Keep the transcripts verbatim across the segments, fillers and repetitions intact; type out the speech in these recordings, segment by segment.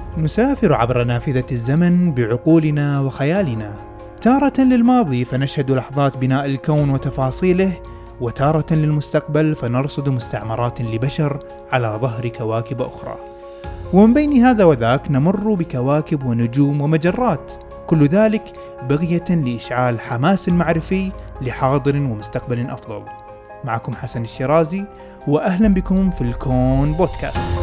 نسافر عبر نافذة الزمن بعقولنا وخيالنا، تارة للماضي فنشهد لحظات بناء الكون وتفاصيله، وتارة للمستقبل فنرصد مستعمرات لبشر على ظهر كواكب أخرى. ومن بين هذا وذاك نمر بكواكب ونجوم ومجرات، كل ذلك بغية لإشعال حماس معرفي لحاضر ومستقبل أفضل. معكم حسن الشرازي، وأهلا بكم في الكون بودكاست.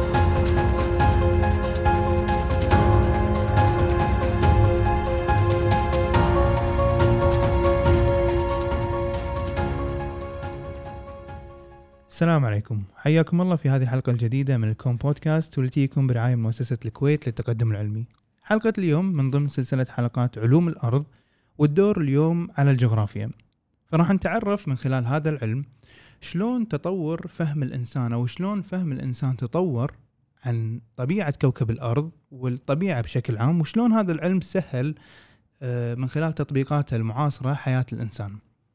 السلام عليكم، حياكم الله في هذه الحلقة الجديدة من الكون بودكاست، والتي يكون برعاية مؤسسة الكويت للتقدم العلمي. حلقة اليوم من ضمن سلسلة حلقات علوم الأرض، والدور اليوم على الجغرافيا. فراح نتعرف من خلال هذا العلم شلون تطور فهم الإنسان، أو شلون فهم الإنسان تطور عن طبيعة كوكب الأرض والطبيعة بشكل عام، وشلون هذا العلم سهل من خلال تطبيقاته المعاصرة حياة الإنسان.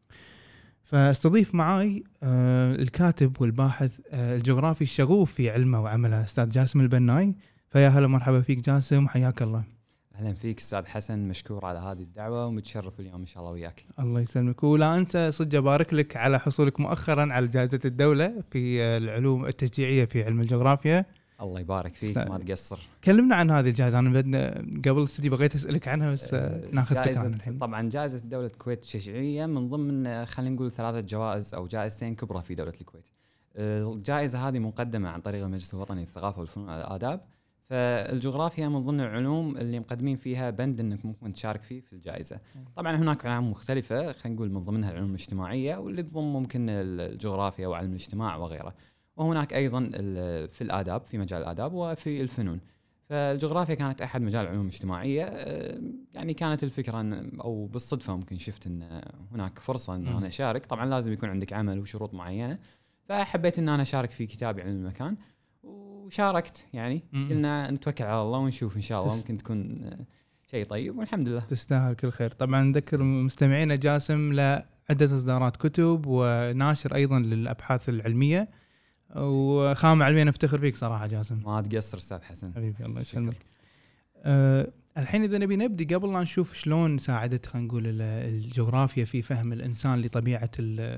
فاستضيف معاي الكاتب والباحث الجغرافي الشغوف في علمه وعمله أستاذ جاسم البناي. فيا هلا مرحبا فيك جاسم، حياك الله. أهلا فيك أستاذ حسن، مشكور على هذه الدعوة ومتشرف اليوم إن شاء الله وياك. الله يسلمك، ولا أنسى صدق أبارك لك على حصولك مؤخرا على جائزة الدولة في العلوم التشجيعية في علم الجغرافيا. الله يبارك فيك، ما تقصر. كلمنا عن هذه الجائزة، أنا بدنا قبل صدق بغيت أسألك عنها بس أه ناخذ فكرة عنها الحين. طبعا جائزة دولة الكويت التشجيعية من ضمن خلينا نقول ثلاثة جوائز أو جائزتين كبرى في دولة الكويت. الجائزة هذه مقدمة عن طريق المجلس الوطني للثقافة والفنون والآداب. فالجغرافيا من ضمن العلوم اللي مقدمين فيها بند انك ممكن تشارك فيه في الجائزه. طبعا هناك علوم مختلفه، خلينا نقول من ضمنها العلوم الاجتماعيه واللي تضم ممكن الجغرافيا وعلم الاجتماع وغيره، وهناك ايضا في الاداب، في مجال الاداب وفي الفنون. فالجغرافيا كانت احد مجال العلوم الاجتماعيه. يعني كانت الفكره او بالصدفه ممكن شفت ان هناك فرصه ان انا اشارك. طبعا لازم يكون عندك عمل وشروط معينه، فحبيت ان انا اشارك في كتابي عن المكان وشاركت. يعني قلنا نتوكل على الله ونشوف إن شاء الله ممكن تكون شيء طيب، والحمد لله. تستاهل كل خير. طبعا نذكر مستمعينا جاسم لعدة إصدارات كتب وناشر أيضا للأبحاث العلمية، وخامة علمية نفتخر فيك صراحة جاسم. ما تقصر أستاذ حسن حبيبي، الله يسلمك. أه الحين إذا نبي نبدأ، قبل لا نشوف شلون ساعدت خلينا نقول الجغرافيا في فهم الإنسان لطبيعة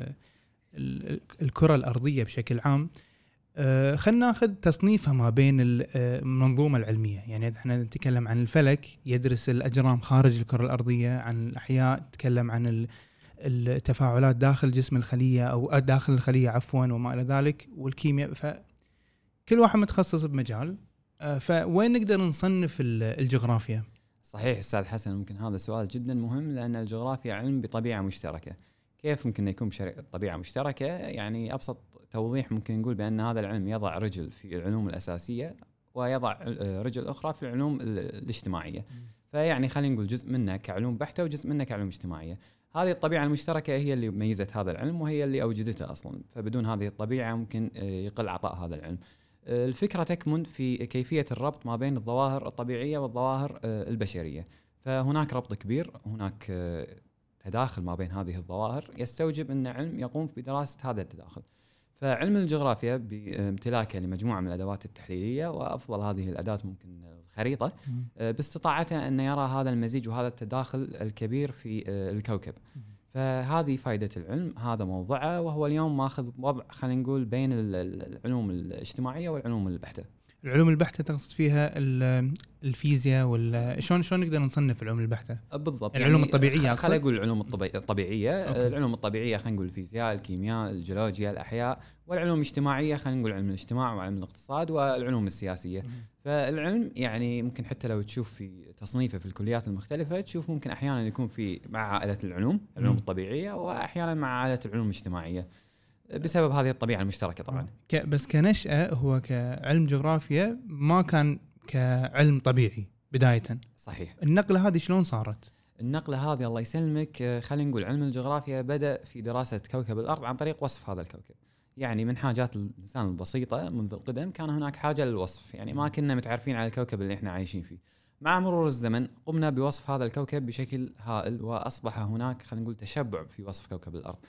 الكرة الأرضية بشكل عام، أه خلنا ناخذ تصنيفها ما بين المنظومة العلمية. يعني احنا نتكلم عن الفلك، يدرس الأجرام خارج الكرة الأرضية، عن الأحياء نتكلم عن التفاعلات داخل جسم الخلية أو داخل الخلية عفوا وما إلى ذلك، والكيمياء. فكل واحد متخصص بمجال. أه فوين نقدر نصنف الجغرافيا؟ صحيح أستاذ حسن، ممكن هذا سؤال جدا مهم، لأن الجغرافيا علم بطبيعة مشتركة. كيف ممكن يكون طبيعة مشتركة؟ يعني أبسط توضيح ممكن نقول بأن هذا العلم يضع رجل في العلوم الأساسية ويضع رجل أخرى في العلوم الاجتماعية. فيعني خلينا نقول جزء منه كعلوم بحتة وجزء منه كعلوم اجتماعية. هذه الطبيعة المشتركة هي اللي ميزت هذا العلم وهي اللي أوجدته أصلا، فبدون هذه الطبيعة ممكن يقل عطاء هذا العلم. الفكرة تكمن في كيفية الربط ما بين الظواهر الطبيعية والظواهر البشرية. فهناك ربط كبير، هناك تداخل ما بين هذه الظواهر يستوجب أن علم يقوم بدراسة هذا التداخل. فعلم الجغرافيا بامتلاكه لمجموعة من الأدوات التحليلية، وأفضل هذه الأداة ممكن الخريطة، باستطاعته أن يرى هذا المزيج وهذا التداخل الكبير في الكوكب. فهذه فائدة العلم، هذا موضوعه، وهو اليوم ماخذ وضع خلينا نقول بين العلوم الاجتماعية والعلوم البحتة. العلوم البحتة تقصد فيها الفيزياء ولا شلون شلون نقدر نصنف العلوم البحتة؟ بالضبط، العلوم يعني الطبيعية. خلينا نقول العلوم الطبيعية. أوكي. العلوم الطبيعية خلينا نقول الفيزياء، الكيمياء، الجيولوجيا، الأحياء. والعلوم الاجتماعية خلينا نقول علم الاجتماع وعلم الاقتصاد والعلوم السياسية. م- فالعلم يعني ممكن حتى لو تشوف في تصنيفه في الكليات المختلفة، تشوف ممكن أحيانا يكون في مع عائلة العلوم العلوم م- الطبيعية، وأحيانا مع عائلة العلوم الاجتماعية، بسبب هذه الطبيعة المشتركة طبعا. بس كنشأة هو كعلم جغرافيا ما كان كعلم طبيعي بداية. صحيح. النقلة هذه شلون صارت؟ النقلة هذه الله يسلمك، خلينا نقول علم الجغرافيا بدأ في دراسة كوكب الأرض عن طريق وصف هذا الكوكب. يعني من حاجات الإنسان البسيطة منذ القدم كان هناك حاجة للوصف. يعني ما كنا متعرفين على الكوكب اللي احنا عايشين فيه. مع مرور الزمن قمنا بوصف هذا الكوكب بشكل هائل، وأصبح هناك خلينا نقول تشبع في وصف كوكب الأرض.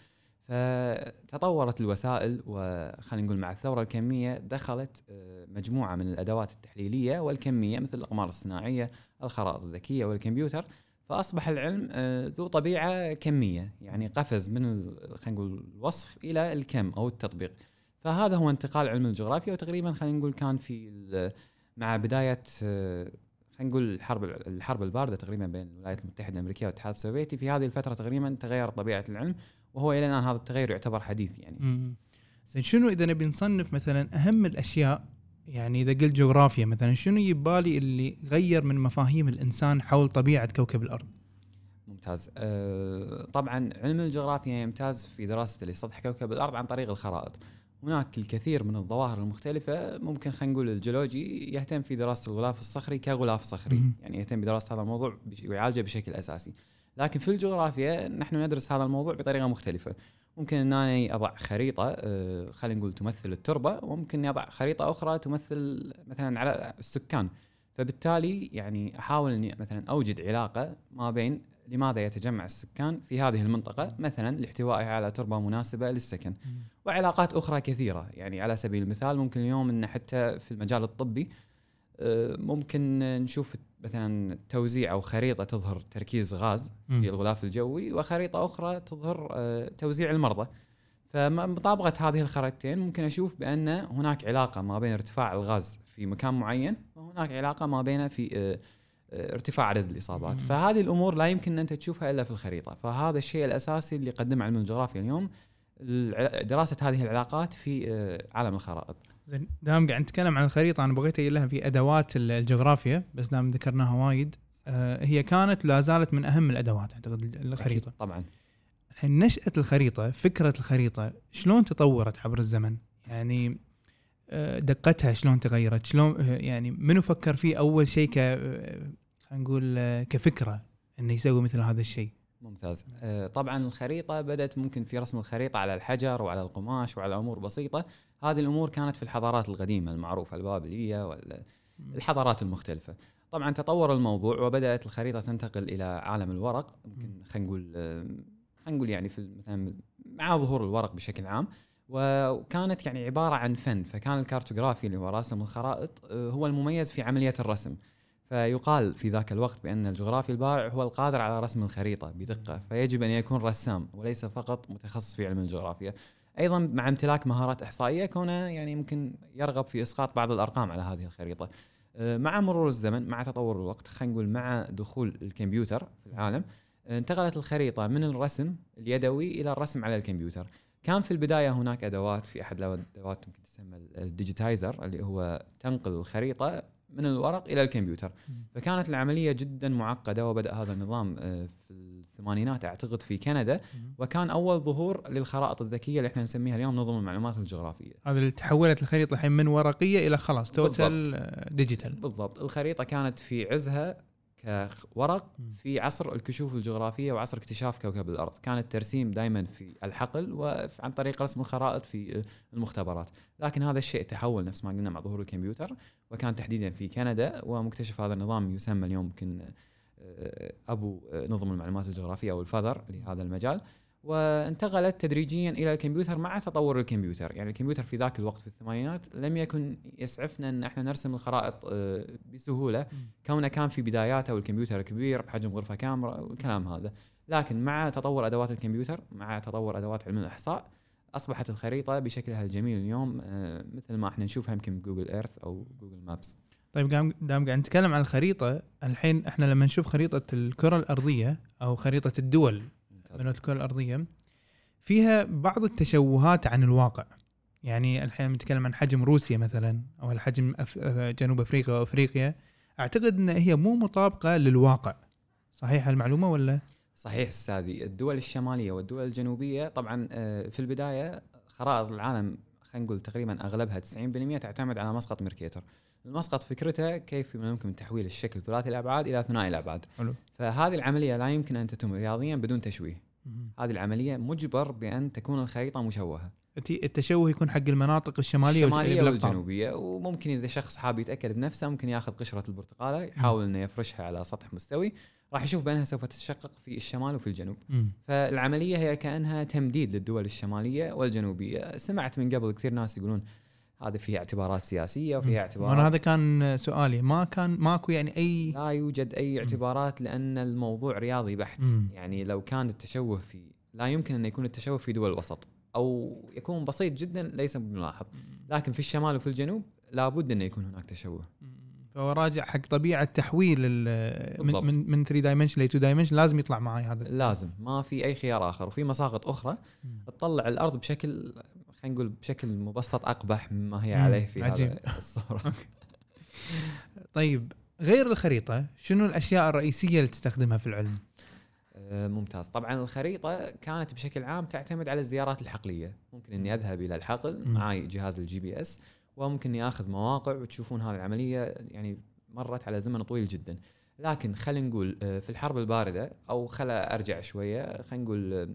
فتطورت الوسائل، وخلينا نقول مع الثورة الكمية دخلت مجموعة من الأدوات التحليلية والكمية مثل الأقمار الصناعية، الخرائط الذكية والكمبيوتر. فأصبح العلم ذو طبيعة كمية، يعني قفز من خلينا نقول الوصف إلى الكم أو التطبيق. فهذا هو انتقال علم الجغرافيا، وتقريبا خلينا نقول كان في مع بداية خلينا نقول الحرب الحرب الباردة تقريبا بين الولايات المتحدة الأمريكية والاتحاد السوفيتي. في هذه الفترة تقريبا تغير طبيعة العلم، وهو إلى الآن هذا التغير يعتبر حديث يعني. زين، شنو إذا نبي نصنف مثلا أهم الأشياء، يعني إذا قلت جغرافيا مثلا، شنو يبالي اللي غير من مفاهيم الإنسان حول طبيعة كوكب الأرض؟ ممتاز. أه طبعا علم الجغرافيا يمتاز في دراسة لسطح كوكب الأرض عن طريق الخرائط. هناك الكثير من الظواهر المختلفة. ممكن خلينا نقول الجيولوجي يهتم في دراسة الغلاف الصخري كغلاف صخري، م- يعني يهتم بدراسة هذا الموضوع ويعالجه بشكل أساسي. لكن في الجغرافيا نحن ندرس هذا الموضوع بطريقة مختلفة. ممكن أن أنا أضع خريطة أه خلينا نقول تمثل التربة، وممكن أضع خريطة أخرى تمثل مثلا على السكان. فبالتالي يعني أحاول أني مثلا أوجد علاقة ما بين لماذا يتجمع السكان في هذه المنطقة، مثلا لاحتوائها على تربة مناسبة للسكن، وعلاقات أخرى كثيرة. يعني على سبيل المثال ممكن اليوم أن حتى في المجال الطبي ممكن نشوف مثلا توزيع أو خريطة تظهر تركيز غاز في الغلاف الجوي، وخريطة أخرى تظهر توزيع المرضى. فمطابقة هذه الخريطتين ممكن أشوف بأن هناك علاقة ما بين ارتفاع الغاز في مكان معين، وهناك علاقة ما بين في ارتفاع عدد الإصابات. فهذه الأمور لا يمكن أن أنت تشوفها إلا في الخريطة. فهذا الشيء الأساسي اللي يقدم علم الجغرافيا اليوم، دراسة هذه العلاقات في عالم الخرائط. زين، دام قاعد نتكلم عن الخريطة، أنا بغيت أقول لها في أدوات الجغرافيا، بس دام ذكرناها وايد، هي كانت لا زالت من أهم الأدوات أعتقد الخريطة. طبعا. الحين نشأة الخريطة، فكرة الخريطة شلون تطورت عبر الزمن؟ يعني دقتها شلون تغيرت؟ شلون يعني منو فكر فيه أول شيء ك خلينا نقول كفكرة إنه يسوي مثل هذا الشيء؟ ممتاز. طبعا الخريطة بدأت ممكن في رسم الخريطة على الحجر وعلى القماش وعلى أمور بسيطة. هذه الأمور كانت في الحضارات القديمة المعروفة، البابلية والحضارات المختلفة. طبعا تطور الموضوع وبدأت الخريطة تنتقل إلى عالم الورق. ممكن خلينا نقول خلينا نقول يعني في مثلا مع ظهور الورق بشكل عام، وكانت يعني عبارة عن فن. فكان الكارتوغرافي اللي هو راسم الخرائط هو المميز في عملية الرسم. فيقال في ذاك الوقت بأن الجغرافي البارع هو القادر على رسم الخريطة بدقة، فيجب أن يكون رسام وليس فقط متخصص في علم الجغرافيا. أيضا مع امتلاك مهارات إحصائية، كونه يعني ممكن يرغب في إسقاط بعض الأرقام على هذه الخريطة. مع مرور الزمن، مع تطور الوقت، خلينا نقول مع دخول الكمبيوتر في العالم، انتقلت الخريطة من الرسم اليدوي إلى الرسم على الكمبيوتر. كان في البداية هناك أدوات، في أحد الأدوات ممكن تسمى الديجيتايزر، اللي هو تنقل الخريطة من الورق إلى الكمبيوتر. فكانت العملية جدا معقدة، وبدأ هذا النظام في الثمانينات أعتقد في كندا، وكان أول ظهور للخرائط الذكية اللي احنا نسميها اليوم نظم المعلومات الجغرافية. هذا اللي تحولت الخريطة الحين من ورقية إلى خلاص توتال ديجيتال. بالضبط. الخريطة كانت في عزها كورق في عصر الكشوف الجغرافية وعصر اكتشاف كوكب الأرض. كان الترسيم دائما في الحقل وعن طريق رسم الخرائط في المختبرات. لكن هذا الشيء تحول نفس ما قلنا مع ظهور الكمبيوتر، وكان تحديدا في كندا. ومكتشف هذا النظام يسمى اليوم يمكن أبو نظم المعلومات الجغرافية أو الفذر لهذا المجال. وانتقلت تدريجيا إلى الكمبيوتر مع تطور الكمبيوتر. يعني الكمبيوتر في ذاك الوقت في الثمانينات لم يكن يسعفنا أن احنا نرسم الخرائط بسهولة، كونه كان في بداياته والكمبيوتر كبير بحجم غرفة كاميرا والكلام هذا. لكن مع تطور أدوات الكمبيوتر، مع تطور أدوات علم الإحصاء، أصبحت الخريطة بشكلها الجميل اليوم مثل ما احنا نشوفها يمكن جوجل إيرث أو جوجل مابس. طيب دام قاعد نتكلم عن الخريطة، الحين احنا لما نشوف خريطة الكرة الأرضية أو خريطة الدول من الكرة الأرضية، فيها بعض التشوهات عن الواقع. يعني الحين نتكلم عن حجم روسيا مثلا، أو الحجم أف... جنوب أفريقيا وأفريقيا، أعتقد أن هي مو مطابقة للواقع. صحيح المعلومة ولا؟ صحيح السادي. الدول الشمالية والدول الجنوبية طبعا في البداية خرائط العالم خلينا نقول تقريبا أغلبها تسعين بالمئة تعتمد على مسقط ميركاتور. المسقط فكرته كيف يمكن تحويل الشكل ثلاثي الأبعاد إلى ثنائي الأبعاد. حلو. فهذه العملية لا يمكن أن تتم رياضيا بدون تشويه. هذه العملية مجبر بأن تكون الخريطة مشوهة. التشوه يكون حق المناطق الشماليه, الشماليه والجنوبيه. وممكن اذا شخص حاب يتاكد بنفسه ممكن ياخذ قشره البرتقاله يحاول انه يفرشها على سطح مستوي, راح يشوف بانها سوف تتشقق في الشمال وفي الجنوب. م. فالعمليه هي كانها تمديد للدول الشماليه والجنوبيه. سمعت من قبل كثير ناس يقولون هذا فيه اعتبارات سياسيه وفيها اعتبارات, وانا هذا كان سؤالي, ما كان ماكو يعني اي لا يوجد اي اعتبارات لان الموضوع رياضي بحت. م. يعني لو كان التشوه في لا يمكن ان يكون التشوه في دول الوسط او يكون بسيط جدا ليس بملاحظ, لكن في الشمال وفي الجنوب لابد ان يكون هناك تشوه. فهو راجع حق طبيعه تحويل من من من ثري دايمنشن ل تو دايمنشن, لازم يطلع معي هذا, لازم ما في اي خيار اخر. وفي مساقط اخرى تطلع الارض بشكل خلينا نقول بشكل مبسط اقبح مما هي عليه في هذه الصوره. طيب غير الخريطه شنو الاشياء الرئيسيه اللي تستخدمها في العلم؟ ممتاز. طبعا الخريطة كانت بشكل عام تعتمد على الزيارات الحقلية. ممكن اني اذهب الى الحقل معي جهاز الجي بي اس, وممكن اني اخذ مواقع وتشوفون هذه العملية يعني مرت على زمن طويل جدا. لكن خلينا نقول في الحرب الباردة, او خلا ارجع شوية, خلينا نقول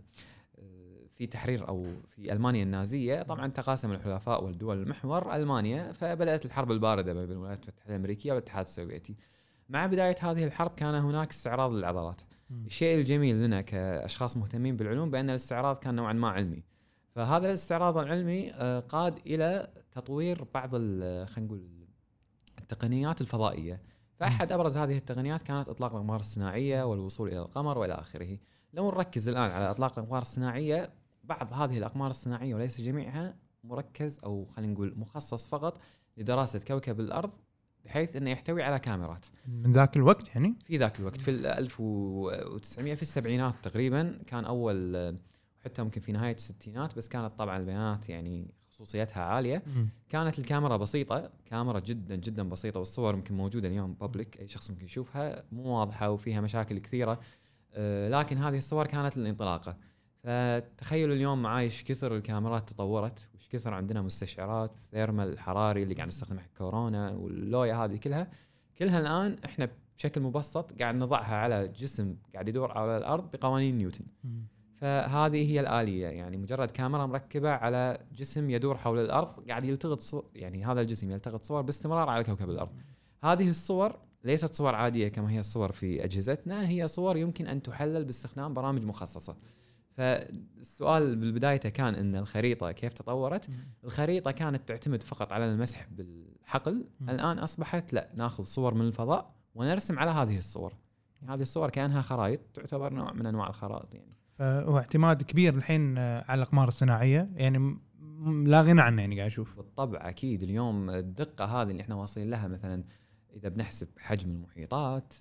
في تحرير او في المانيا النازية, طبعا تقاسم الحلفاء والدول المحور المانيا, فبدأت الحرب الباردة بين الولايات المتحدة الامريكية والاتحاد السوفيتي. مع بداية هذه الحرب كان هناك استعراض للعضلات. الشيء الجميل لنا كأشخاص مهتمين بالعلوم بأن الاستعراض كان نوعا ما علمي. فهذا الاستعراض العلمي قاد إلى تطوير بعض خلينا نقول التقنيات الفضائية. فأحد أبرز هذه التقنيات كانت إطلاق الأقمار الصناعية والوصول إلى القمر وإلى آخره. لو نركز الآن على إطلاق الأقمار الصناعية, بعض هذه الأقمار الصناعية وليس جميعها مركز أو خلينا نقول مخصص فقط لدراسة كوكب الأرض, بحيث انه يحتوي على كاميرات. من ذاك الوقت يعني في ذاك الوقت في ألف وتسعمية في السبعينات تقريبا كان اول, حتى ممكن في نهايه الستينات, بس كانت طبعا البيانات يعني خصوصيتها عاليه. م. كانت الكاميرا بسيطه, كاميرا جدا جدا بسيطه, والصور ممكن موجوده اليوم بابليك, اي شخص ممكن يشوفها, مو واضحه وفيها مشاكل كثيره, لكن هذه الصور كانت للانطلاقه. فتخيلوا اليوم معاي ايش كثر الكاميرات تطورت, وش كثر عندنا مستشعرات ثيرمال الحراري اللي قاعد نستخدمها كورونا واللويا هذه كلها كلها الان احنا بشكل مبسط قاعد نضعها على جسم قاعد يدور على الارض بقوانين نيوتن. فهذه هي الآلية, يعني مجرد كاميرا مركبة على جسم يدور حول الارض قاعد يلتقط صور, يعني هذا الجسم يلتقط صور باستمرار على كوكب الارض. هذه الصور ليست صور عادية كما هي الصور في اجهزتنا, هي صور يمكن ان تحلل باستخدام برامج مخصصة. فالسؤال بالبداية كان ان الخريطة كيف تطورت؟ الخريطة كانت تعتمد فقط على المسح بالحقل, الان اصبحت لا, ناخذ صور من الفضاء ونرسم على هذه الصور. هذه الصور كأنها خرائط, تعتبر نوع من انواع الخرائط يعني. فهو اعتماد كبير الحين على الأقمار الصناعية, يعني لا غنى عنه يعني قاعد اشوف. بالطبع اكيد. اليوم الدقة هذه اللي احنا واصلين لها, مثلا إذا بنحسب حجم المحيطات,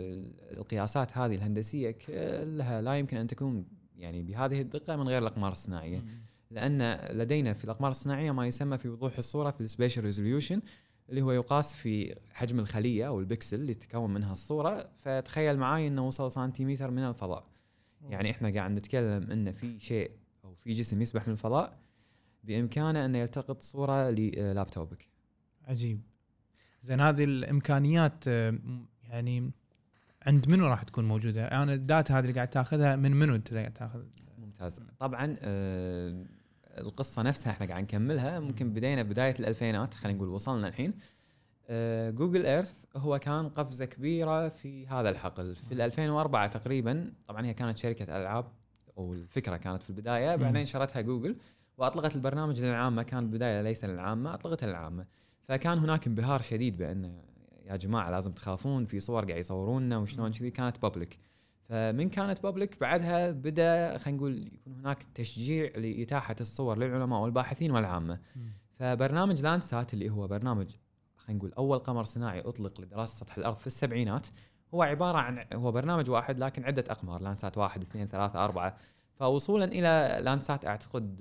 القياسات هذه الهندسية كلها لا يمكن أن تكون يعني بهذه الدقة من غير الأقمار الصناعية. لأن لدينا في الأقمار الصناعية ما يسمى في وضوح الصورة في السبيشال ريزوليوشن, اللي هو يقاس في حجم الخلية أو البكسل اللي تكون منها الصورة. فتخيل معاي أنه وصل سنتيمتر من الفضاء. يعني إحنا قاعد نتكلم أن في شيء أو في جسم يسبح من الفضاء بإمكانه أن يلتقط صورة للابتوبك. عجيب. زين هذه الإمكانيات يعني عند منو راح تكون موجودة؟ أنا يعني الداتا هذه اللي قاعد تأخذها من منو أنت قاعد تأخذ؟ ممتاز. طبعا آه القصة نفسها احنا قاعد نكملها. ممكن بدينا بداية الألفينات, خلينا نقول وصلنا الحين. آه جوجل إيرث هو كان قفزة كبيرة في هذا الحقل في ألفين وأربعة تقريبا. طبعا هي كانت شركة ألعاب, أو الفكرة كانت في البداية, بعدين شرتها جوجل وأطلقت البرنامج للعامة. كان البداية ليس للعامة, أطلقتها للعامة. فكان هناك انبهار شديد بأن يا جماعة لازم تخافون, في صور قاعد يصوروننا وشلون كذي. كانت بابليك. فمن كانت بابليك بعدها بدأ خلينا نقول يكون هناك تشجيع لإتاحة الصور للعلماء والباحثين والعامة. فبرنامج لاندسات اللي هو برنامج خلينا نقول أول قمر صناعي أطلق لدراسة سطح الأرض في السبعينات, هو عبارة عن هو برنامج واحد لكن عدة أقمار, لاندسات واحد اثنين ثلاثة أربعة. فوصولا إلى لاندسات أعتقد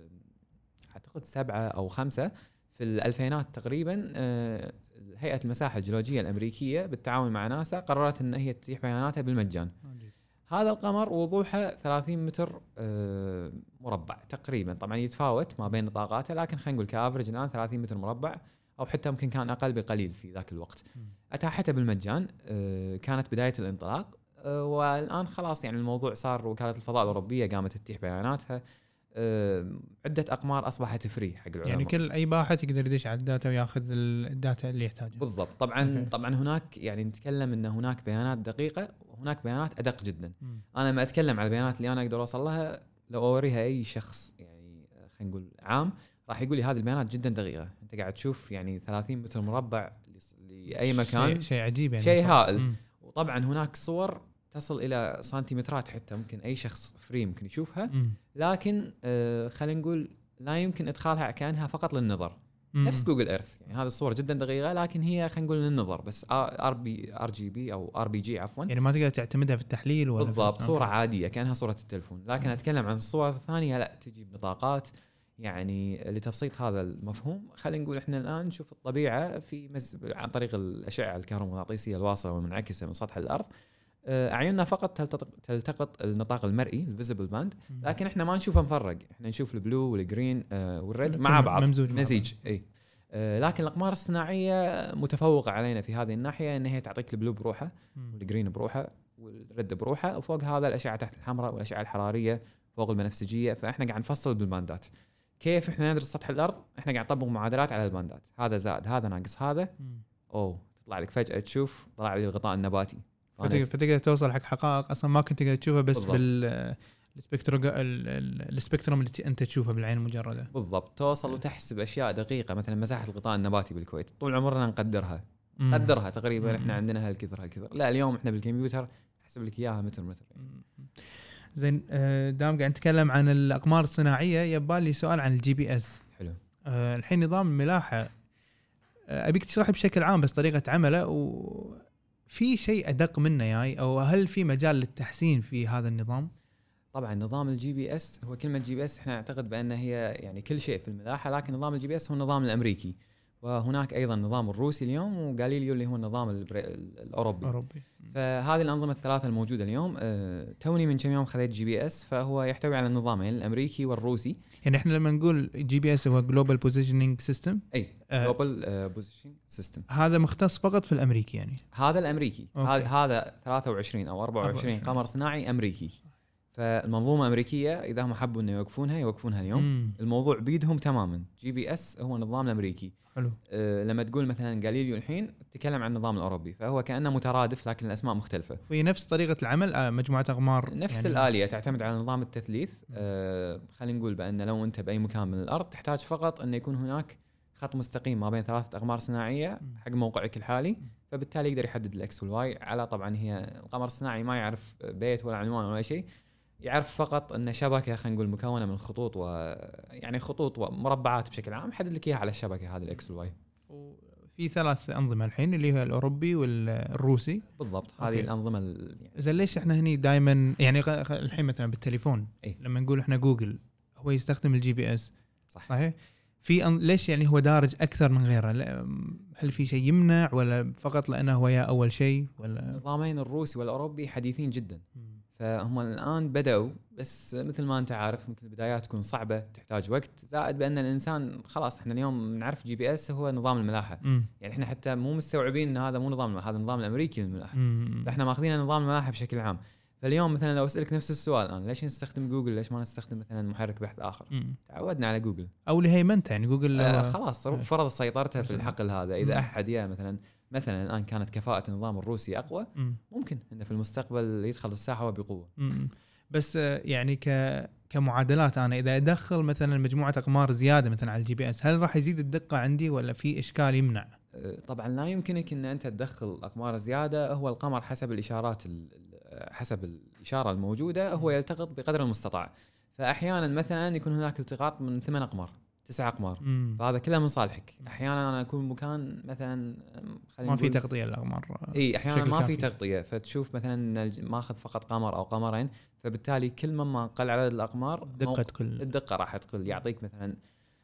أعتقد سبعة أو خمسة في الألفينات تقريبا. هيئة المساحة الجيولوجية الأمريكية بالتعاون مع ناسا قررت أن هي تتيح بياناتها بالمجان. هذا القمر وضوحه ثلاثين متر مربع تقريبا, طبعا يتفاوت ما بين نطاقاته, لكن خلينا نقول كافرج الآن ثلاثين متر مربع, أو حتى ممكن كان أقل بقليل في ذاك الوقت. أتاحته بالمجان. كانت بداية الانطلاق, والآن خلاص يعني الموضوع صار وكالة الفضاء الأوروبية قامت تتيح بياناتها. آه، عده اقمار اصبحت فري حق العلماء. يعني كل اي باحث يقدر يدش على الداتا وياخذ الداتا اللي يحتاجها. بالضبط. طبعا أوكي. طبعا هناك يعني نتكلم ان هناك بيانات دقيقه وهناك بيانات ادق جدا. م. انا ما اتكلم على البيانات اللي انا اقدر اوصل لها، لو اوريها اي شخص يعني خلينا نقول عام راح يقول لي هذه البيانات جدا دقيقه. انت قاعد تشوف يعني ثلاثين متر مربع لاي مكان، شيء, شيء عجيب يعني، شيء هائل. م. وطبعا هناك صور تصل الى سنتيمترات حتى ممكن اي شخص فري ممكن يشوفها. م. لكن آه خلينا نقول لا يمكن ادخالها كانها فقط للنظر. م. نفس جوجل ايرث، يعني هذه الصور جدا دقيقه لكن هي خلينا نقول للنظر بس، ار بي ار جي بي او ار بي جي عفوا. يعني ما تقدر تعتمدها في التحليل ولا بالضبط، صوره عاديه كانها صوره التلفون. لكن م. اتكلم عن الصور الثانيه لا، تجي بنطاقات. يعني لتبسيط هذا المفهوم خلينا نقول احنا الان نشوف الطبيعه في مز... عن طريق الاشعه الكهرومغناطيسيه الواصله والمنعكسه من سطح الارض. اعيننا فقط تلتقط, تلتقط النطاق المرئي الفيزيبل باند، لكن احنا ما نشوفه مفرق، احنا نشوف البلو والجرين والريد مع بعض مزيج. اي لكن الاقمار الصناعيه متفوقه علينا في هذه الناحيه، ان هي تعطيك البلو بروحه والجرين بروحه والريد بروحه، وفوق هذا الاشعه تحت الحمراء والاشعه الحراريه فوق البنفسجيه. فاحنا قاعد نفصل بالباندات. كيف احنا ندرس سطح الارض؟ احنا قاعد نطبق معادلات على الباندات، هذا زائد هذا ناقص هذا. اوه تطلع لك فجاه تشوف طلع لي الغطاء النباتي، فتقدر توصل حق حقائق اصلا ما كنت تقدر تشوفها بس بال السبكتروم السبكتروم اللي انت تشوفه بالعين المجرده. بالضبط، توصل وتحسب اشياء دقيقه، مثلا مساحه الغطاء النباتي بالكويت طول عمرنا نقدرها نقدرها تقريبا. احنا عندنا هالكثر هالكثر، لا اليوم احنا بالكمبيوتر احسب لك اياها متر متر. زين، دام قاعد نتكلم عن الاقمار الصناعيه يبالي سؤال عن الجي بي اس. حلو. أه الحين نظام الملاحه ابيك تشرح بشكل عام بس طريقه عمله، وفي شيء ادق منه يعني، او هل في مجال للتحسين في هذا النظام؟ طبعا نظام الجي بي اس، هو كلمه جي بي اس احنا نعتقد بان هي يعني كل شيء في الملاحه، لكن نظام الجي بي اس هو النظام الامريكي، وهناك ايضا النظام الروسي اليوم، وغاليليو اللي هو النظام الاوروبي. أوروبي. فهذه الانظمه الثلاثه الموجوده اليوم. أه توني من كم يوم خذيت جي بي اس، فهو يحتوي على النظامين الامريكي والروسي. يعني احنا لما نقول جي بي اس هو جلوبال بوزيشننج سيستم، اي جلوبال بوزيشننج سيستم، هذا مختص فقط في الامريكي يعني. هذا الامريكي، هذا ثلاثة وعشرين او أربعة وعشرين قمر صناعي امريكي. فالمنظومه امريكيه اذا هم حبوا انه يوقفونها يوقفونها اليوم. مم. الموضوع بيدهم تماما. جي بي اس هو النظام الامريكي. حلو. أه لما تقول مثلا غاليليو الحين تتكلم عن النظام الاوروبي، فهو كانه مترادف لكن الاسماء مختلفه. في نفس طريقه العمل، آه مجموعه اقمار نفس يعني الاليه تعتمد على نظام التثليث. أه خلينا نقول بان لو انت باي مكان من الارض تحتاج فقط ان يكون هناك خط مستقيم ما بين ثلاثه اقمار صناعيه حق موقعك الحالي، فبالتالي يقدر يحدد الاكس والواي على. طبعا هي القمر الصناعي ما يعرف بيت ولا عنوان ولا شيء، يعرف فقط ان شبكه خلينا نقول مكونه من خطوط، ويعني خطوط ومربعات بشكل عام حدد لك اياها على الشبكه هذه الاكس والواي. في ثلاث انظمه الحين اللي هي الاوروبي والروسي. بالضبط، هذه الانظمه يعني. زين ليش احنا هني دائما يعني الحين مثلا بالتليفون إيه؟ لما نقول احنا جوجل هو يستخدم الجي بي اس، صح صحيح؟ في أن... ليش يعني هو دارج اكثر من غيره؟ هل في شيء يمنع ولا فقط لانه هو يا اول شيء ولا؟ النظامين الروسي والاوروبي حديثين جدا، فهم الآن بدأوا، بس مثل ما أنت عارف ممكن البدايات تكون صعبة تحتاج وقت، زائد بأن الإنسان خلاص إحنا اليوم نعرف جي بي إس هو نظام الملاحة. م. يعني إحنا حتى مو مستوعبين إن هذا مو نظام، هذا النظام الأمريكي للملاحة، م. فإحنا ماخذين نظام الملاحة بشكل عام. فاليوم مثلا لو أسألك نفس السؤال الآن، ليش نستخدم جوجل ليش ما نستخدم مثلا محرك بحث آخر؟ م. تعودنا على جوجل أو لهيمنته يعني جوجل آه خلاص فرض سيطرته في الحقل هذا. إذا م. أحد يا مثلا مثلا الآن كانت كفاءة النظام الروسي أقوى، م. ممكن إنه في المستقبل يدخل الساحة وبقوة. م. بس يعني ك كمعادلات انا اذا ادخل مثلا مجموعه اقمار زياده مثلا على الجي بي اس، هل راح يزيد الدقه عندي ولا في اشكال يمنع؟ طبعا لا يمكنك ان انت تدخل اقمار زياده. هو القمر حسب الاشارات حسب الاشاره الموجوده هو يلتقط بقدر المستطاع. فاحيانا مثلا يكون هناك التقاط من ثمان اقمار تسع اقمار، مم. فهذا كله من صالحك. احيانا انا اكون مكان مثلا ما في تغطيه للاقمار، اي احيانا ما في تغطيه، فتشوف مثلا ماخذ فقط قمر او قمرين، فبالتالي كل ما قل عدد الاقمار دقه كل الدقه راح تقل. يعطيك مثلا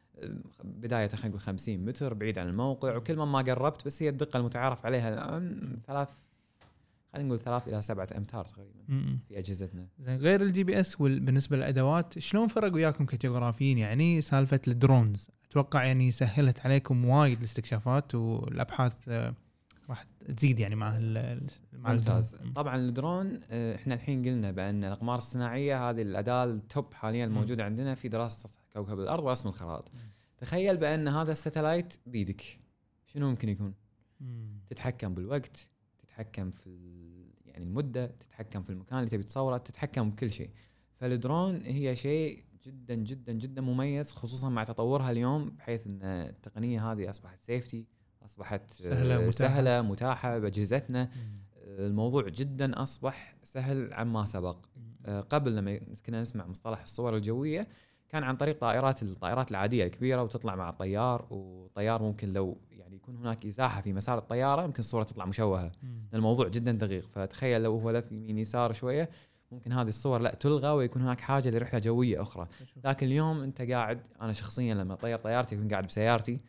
بدايه خلينا نقول خمسين متر بعيد عن الموقع، وكل ما قربت بس هي الدقه المتعارف عليها الان ثلاث خلينا نقول ثلاث الى سبعة امتار تقريبا م-م. في اجهزتنا. زين غير الجي بي اس بالنسبه للادوات شلون فرق وياكم كجغرافيين؟ يعني سالفه الدرونز اتوقع يعني سهلت عليكم وايد الاستكشافات والابحاث راح تزيد يعني مع ال مع ممتاز. الدرون. طبعا الدرون احنا الحين قلنا بان الاقمار الصناعيه هذه الاداه التوب حاليا الموجوده عندنا في دراسه كوكب الارض ورسم الخرائط. تخيل بان هذا الساتلايت بيدك، شنو ممكن يكون؟ مم. تتحكم بالوقت، تتحكم في يعني المده، تتحكم في المكان اللي تبي تصوره، تتحكم بكل شيء. فالدرون هي شيء جدا جدا جدا مميز، خصوصا مع تطورها اليوم، بحيث ان التقنيه هذه اصبحت سيفتي، اصبحت سهله متاحه, سهلة متاحة باجهزتنا. مم. الموضوع جدا اصبح سهل عما سبق. مم. قبل لما كنا نسمع مصطلح الصور الجويه كان عن طريق طائرات الطائرات العاديه الكبيره، وتطلع مع الطيار، والطيار ممكن لو يعني يكون هناك ازاحه في مسار الطياره ممكن الصوره تطلع مشوهه. مم. الموضوع جدا دقيق. فتخيل لو هو لف يمين يسار شويه ممكن هذه الصور لا تلغى ويكون هناك حاجه لرحله جويه اخرى. لكن اليوم انت قاعد، انا شخصيا لما اطير طيارتي يكون قاعد بسيارتي،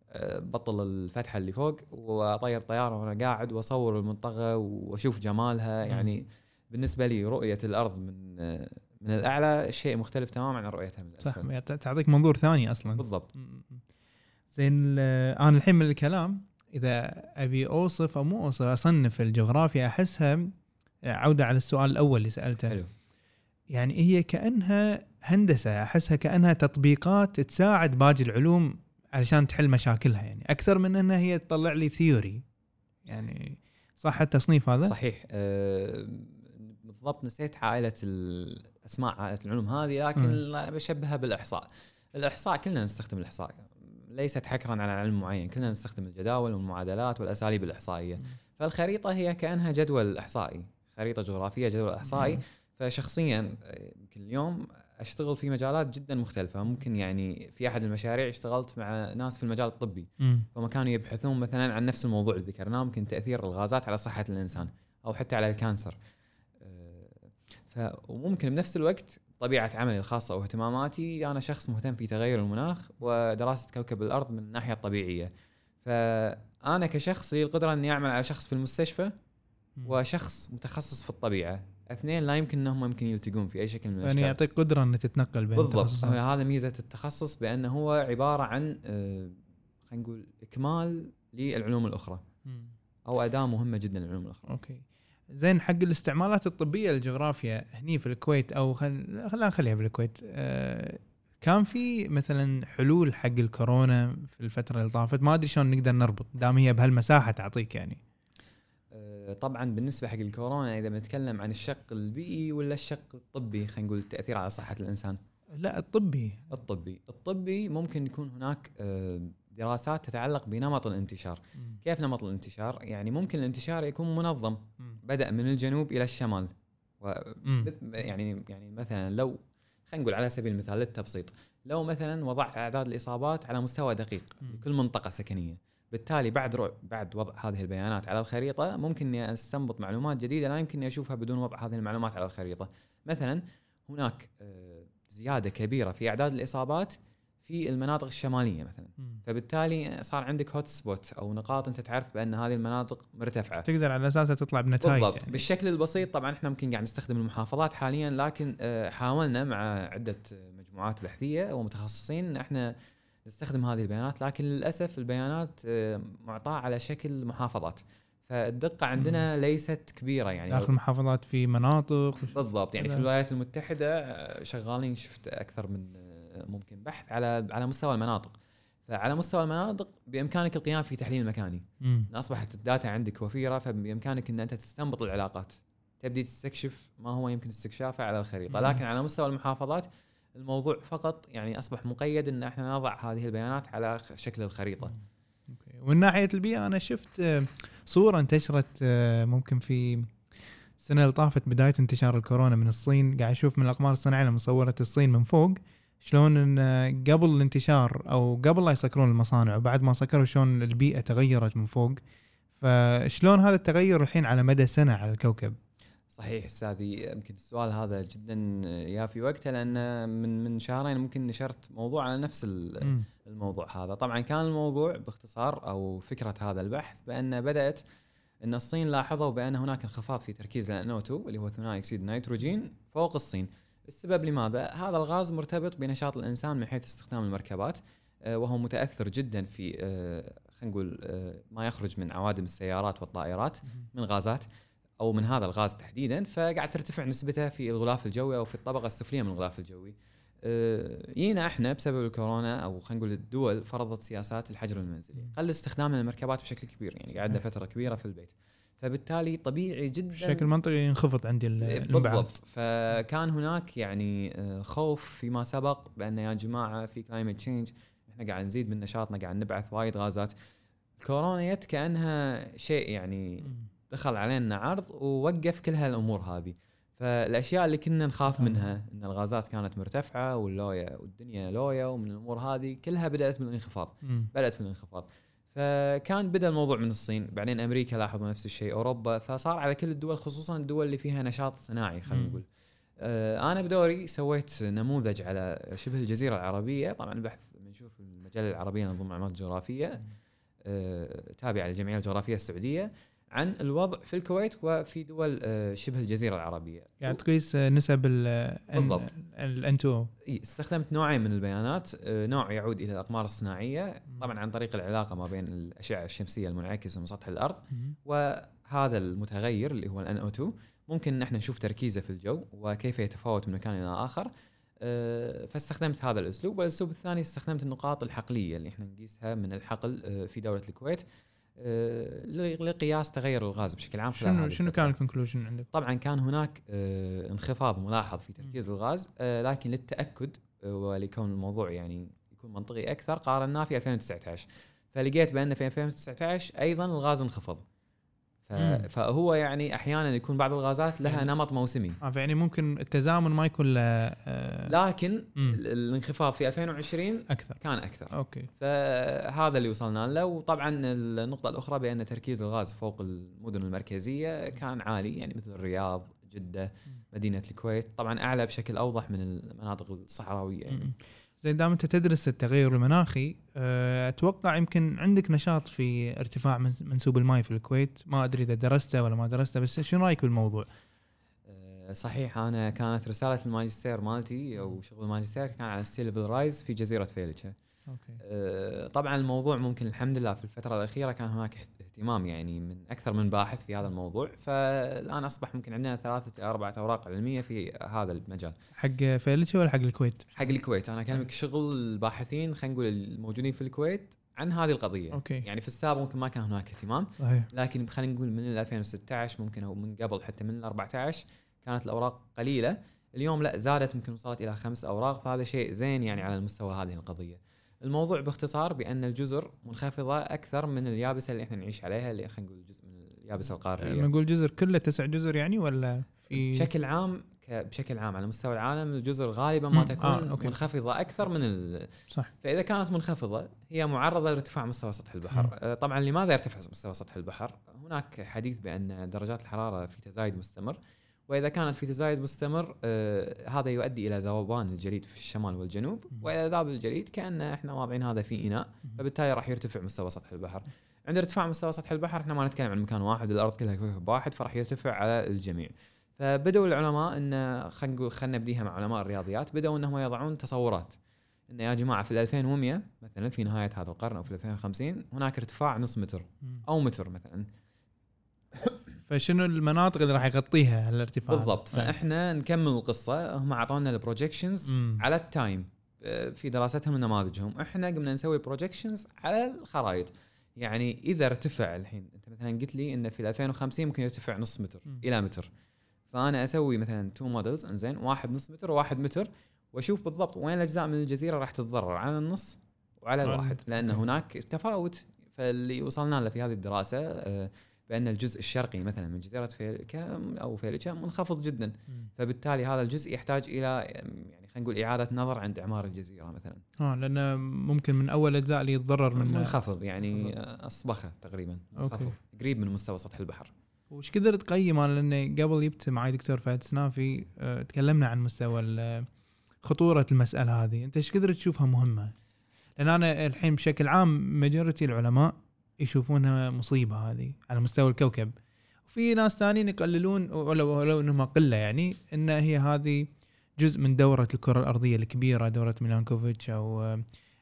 بطل الفتحه اللي فوق واطير طياره وانا قاعد واصور المنطقه واشوف جمالها. يعني بالنسبه لي رؤيه الارض من من الاعلى شيء مختلف تماما عن رؤيتها من الاسفل. صح، تعطيك منظور ثاني اصلا. بالضبط. زين، انا الحين من الكلام اذا ابي اوصف او مو اوصف اصنف الجغرافيا، احسها عوده على السؤال الاول اللي سالته. حلو. يعني هي كانها هندسه، احسها كانها تطبيقات تساعد باقي العلوم علشان تحل مشاكلها، يعني اكثر من انها هي تطلع لي ثيوري. يعني صح التصنيف هذا؟ صحيح. أه بالضبط. نسيت عائله الاسماء عائله العلوم هذه، لكن بشبهها بالاحصاء. الاحصاء كلنا نستخدم الاحصاء، ليست حكرا على علم معين، كلنا نستخدم الجداول والمعادلات والاساليب الاحصائيه. م. فالخريطه هي كانها جدول احصائي، خريطه جغرافيه جدول احصائي. م. فشخصيا يمكن اليوم اشتغل في مجالات جدا مختلفه. ممكن يعني في احد المشاريع اشتغلت مع ناس في المجال الطبي، فما كانوا يبحثون مثلا عن نفس الموضوع اللي ذكرناه، ممكن تاثير الغازات على صحه الانسان او حتى على الكانسر. ف وممكن بنفس الوقت طبيعه عملي الخاصه واهتماماتي، انا شخص مهتم في تغير المناخ ودراسه كوكب الارض من الناحيه الطبيعيه. فانا كشخص لي القدره اني اعمل على شخص في المستشفى وشخص متخصص في الطبيعه، اثنين لا يمكن انهم ممكن يلتقون في اي شكل من الاشكال. يعني يعطيك قدره ان تتنقل بين بالضبط. هذا ميزه التخصص، بانه هو عباره عن خلينا نقول اكمال للعلوم الاخرى او اداه مهمه جدا للعلوم الاخرى. اوكي زين. حق الاستعمالات الطبيه للجغرافيا هني في الكويت، او خل... خلينا نخليها بالكويت، أه... كان في مثلا حلول حق الكورونا في الفتره اللي طافت؟ ما ادري شلون نقدر نربط دام هي بهالمساحه تعطيك يعني. طبعا بالنسبه حق الكورونا اذا بنتكلم عن الشق البيئي ولا الشق الطبي، خلينا نقول التاثير على صحه الانسان. لا الطبي. الطبي الطبي ممكن يكون هناك دراسات تتعلق بنمط الانتشار. م. كيف نمط الانتشار؟ يعني ممكن الانتشار يكون منظم، م. بدأ من الجنوب الى الشمال. و يعني يعني مثلا لو خلينا نقول على سبيل المثال للتبسيط، لو مثلا وضعت اعداد الاصابات على مستوى دقيق م. لكل منطقه سكنيه، بالتالي بعد بعد وضع هذه البيانات على الخريطه ممكن اني استنبط معلومات جديده لا يمكن اني اشوفها بدون وضع هذه المعلومات على الخريطه. مثلا هناك زياده كبيره في اعداد الاصابات في المناطق الشماليه مثلا، م. فبالتالي صار عندك هوت سبوت او نقاط انت تعرف بان هذه المناطق مرتفعه، تقدر على اساسها تطلع بنتائج. بالضبط. يعني بالشكل البسيط طبعا احنا ممكن قاعد نستخدم المحافظات حاليا، لكن حاولنا مع عده مجموعات بحثيه ومتخصصين احنا نستخدم هذه البيانات، لكن للأسف البيانات معطاة على شكل محافظات، فالدقة عندنا مم. ليست كبيرة. يعني داخل محافظات في مناطق. بالضبط. يعني في الولايات المتحدة شغالين، شفت أكثر من ممكن بحث على على مستوى المناطق. فعلى مستوى المناطق بإمكانك القيام في تحليل مكاني. مم. أصبحت الداتا عندك وفيرة، فبإمكانك أن أنت تستنبط العلاقات، تبدي تستكشف ما هو يمكن استكشافه على الخريطة. مم. لكن على مستوى المحافظات الموضوع فقط يعني أصبح مقيد إن إحنا نضع هذه البيانات على شكل الخريطة. أوكي. ومن ناحية البيئة أنا شفت صورة انتشرت ممكن في السنة اللي طافت بداية انتشار الكورونا من الصين، قاعد أشوف من الأقمار الصناعية لما صورت الصين من فوق شلون إن قبل الانتشار أو قبل لا يسكرون المصانع وبعد ما سكروا شلون البيئة تغيرت من فوق. فشلون هذا التغير الحين على مدى سنة على الكوكب؟ صحيح استاذي، يمكن السؤال هذا جدا يافي وقته، لان من من شهرين ممكن نشرت موضوع على نفس الموضوع هذا. طبعا كان الموضوع باختصار او فكره هذا البحث بان بدات ان الصين لاحظوا بان هناك انخفاض في تركيز الان او اثنين اللي هو ثاني اكسيد النيتروجين فوق الصين. السبب لماذا؟ هذا الغاز مرتبط بنشاط الانسان من حيث استخدام المركبات، وهو متاثر جدا في خلينا نقول ما يخرج من عوادم السيارات والطائرات من غازات او من هذا الغاز تحديدا، فقاعد ترتفع نسبته في الغلاف الجوي او في الطبقه السفليه من الغلاف الجوي. جينا احنا بسبب الكورونا او خلينا نقول الدول فرضت سياسات الحجر المنزلي، قل استخدام المركبات بشكل كبير، يعني قعدنا فتره كبيره في البيت، فبالتالي طبيعي جدا بشكل منطقي ينخفض عندي الانبعاث. بالضبط. فكان هناك يعني خوف فيما سبق بان يا جماعه في كلايمت تشينج، احنا قاعد نزيد من نشاطنا، قاعد نبعث وايد غازات. الكورونا جت كانها شيء يعني دخل علينا عرض ووقف كل هالامور هذه. فالاشياء اللي كنا نخاف منها ان الغازات كانت مرتفعه واللويا والدنيا لويا ومن الامور هذه كلها بدات من الانخفاض، بدات في الانخفاض. فكان بدا الموضوع من الصين، بعدين امريكا لاحظوا نفس الشيء، اوروبا، فصار على كل الدول، خصوصا الدول اللي فيها نشاط صناعي خلينا نقول. آه انا بدوري سويت نموذج على شبه الجزيره العربيه، طبعا البحث بنشوف المجله العربيه لنظم المعلومات الجغرافيه آه تابعه للجمعيه الجغرافيه السعوديه، عن الوضع في الكويت وفي دول شبه الجزيرة العربية. يعني تقيس نسب ال إن تو أو. استخدمت نوعين من البيانات، نوع يعود إلى الأقمار الصناعية طبعا عن طريق العلاقة ما بين الأشعة الشمسية المنعكسة من سطح الأرض وهذا المتغير اللي هو ال إن أو تو، ممكن نحن نشوف تركيزه في الجو وكيف يتفاوت من مكان إلى آخر. فاستخدمت هذا الأسلوب. والأسلوب الثاني استخدمت النقاط الحقلية اللي احنا نقيسها من الحقل في دولة الكويت لقياس تغير الغاز بشكل عام. شنو شنو كان الكونكلوجن عندك؟ طبعا كان هناك انخفاض ملاحظ في تركيز الغاز، لكن للتاكد ولكون الموضوع يعني يكون منطقي اكثر قارناه في ألفين وتسعة عشر، فلقيت بان في ألفين وتسعة عشر ايضا الغاز انخفض. فهو يعني احيانا يكون بعض الغازات لها نمط موسمي، اه يعني ممكن التزامن ما يكون له آه لكن مم. الانخفاض في ألفين وعشرين اكثر كان اكثر. اوكي، فهذا اللي وصلنا له. وطبعا النقطه الاخرى بان تركيز الغاز فوق المدن المركزيه كان عالي، يعني مثل الرياض، جده، مدينه الكويت، طبعا اعلى بشكل اوضح من المناطق الصحراويه يعني. زي دام انت تدرس التغير المناخي، اتوقع يمكن عندك نشاط في ارتفاع منسوب الماء في الكويت، ما ادري اذا درسته ولا ما درسته، بس شنو رايك بالموضوع؟ صحيح، انا كانت رساله الماجستير مالتي او شغل الماجستير كان على السي ليفل رايز في جزيره فيلتشا. أوكي. طبعا الموضوع ممكن الحمد لله في الفتره الاخيره كان هناك اهتمام يعني من اكثر من باحث في هذا الموضوع، فالان اصبح ممكن عندنا ثلاثه اربعه اوراق علميه في هذا المجال. حق فيلتشا ولا حق الكويت؟ حق الكويت. انا اكلمك شغل الباحثين خلينا نقول الموجودين في الكويت عن هذه القضيه. أوكي. يعني في السابق ممكن ما كان هناك اهتمام، صحيح. لكن خلينا نقول من ألفين وستة عشر ممكن او من قبل حتى من أربعة عشر كانت الاوراق قليله، اليوم لا زادت، ممكن وصلت الى خمس اوراق، فهذا شيء زين يعني على المستوى هذه القضيه. الموضوع باختصار بان الجزر منخفضه اكثر من اليابسه اللي احنا نعيش عليها، اللي خلينا نقول جزء من اليابسه القاريه. نقول جزر كله تسع جزر يعني، ولا في بشكل عام بشكل عام على مستوى العالم الجزر غالبا ما تكون آه، منخفضه اكثر من ال... صح. فاذا كانت منخفضه هي معرضه لارتفاع مستوى سطح البحر. مم. طبعا لماذا يرتفع مستوى سطح البحر؟ هناك حديث بان درجات الحراره في تزايد مستمر، واذا كانت في تزايد مستمر آه هذا يؤدي الى ذوبان الجليد في الشمال والجنوب، واذا ذاب الجليد كان احنا واضعين هذا في اناء، فبالتالي راح يرتفع مستوى سطح البحر. عند ارتفاع مستوى سطح البحر احنا ما نتكلم عن مكان واحد، الارض كلها كوكب واحد، فراح يرتفع على الجميع. فبدأوا العلماء ان خلينا نقول خلينا نبديها مع علماء الرياضيات، بدأوا انهم يضعون تصورات ان يا جماعه في ألفين ومئة مثلا في نهايه هذا القرن او في ألفين وخمسين هناك ارتفاع نص متر او متر مثلا. فشنو المناطق اللي راح يغطيها هالارتفاع بالضبط؟ فاحنا نكمل القصه. هم اعطونا البروجكشنز على التايم في دراستهم ونماذجهم، احنا قمنا نسوي بروجكشنز على الخرائط. يعني اذا ارتفع الحين انت مثلا قلت لي ان في ألفين وخمسين ممكن يرتفع نص متر م. الى متر، فانا اسوي مثلا تو موديلز، انزين، واحد نص متر وواحد متر، واشوف بالضبط وين الاجزاء من الجزيره راح تتضرر على النص وعلى الواحد، لان هناك تفاوت. فاللي وصلنا له في هذه الدراسه بان الجزء الشرقي مثلا من جزيره فيلكا او فيلتشا منخفض جدا، م. فبالتالي هذا الجزء يحتاج الى يعني خلينا نقول اعاده نظر عند اعمار الجزيره مثلا. اه لان ممكن من اول اجزاء اللي يتضرر من منخفض، يعني اصبخه تقريبا منخفض قريب من مستوى سطح البحر. وش قدر تقيم؟ لان قبل جبت معي دكتور فهد سنافي اه تكلمنا عن مستوى خطوره المساله هذه، انت ايش قدرت تشوفها مهمه؟ لان انا الحين بشكل عام ماجورتي العلماء يشوفونها مصيبه هذه على مستوى الكوكب، وفي ناس ثانيين يقللون ولو ولو انهم قله، يعني ان هي هذه جزء من دوره الكره الارضيه الكبيره، دوره ميلانكوفيتش او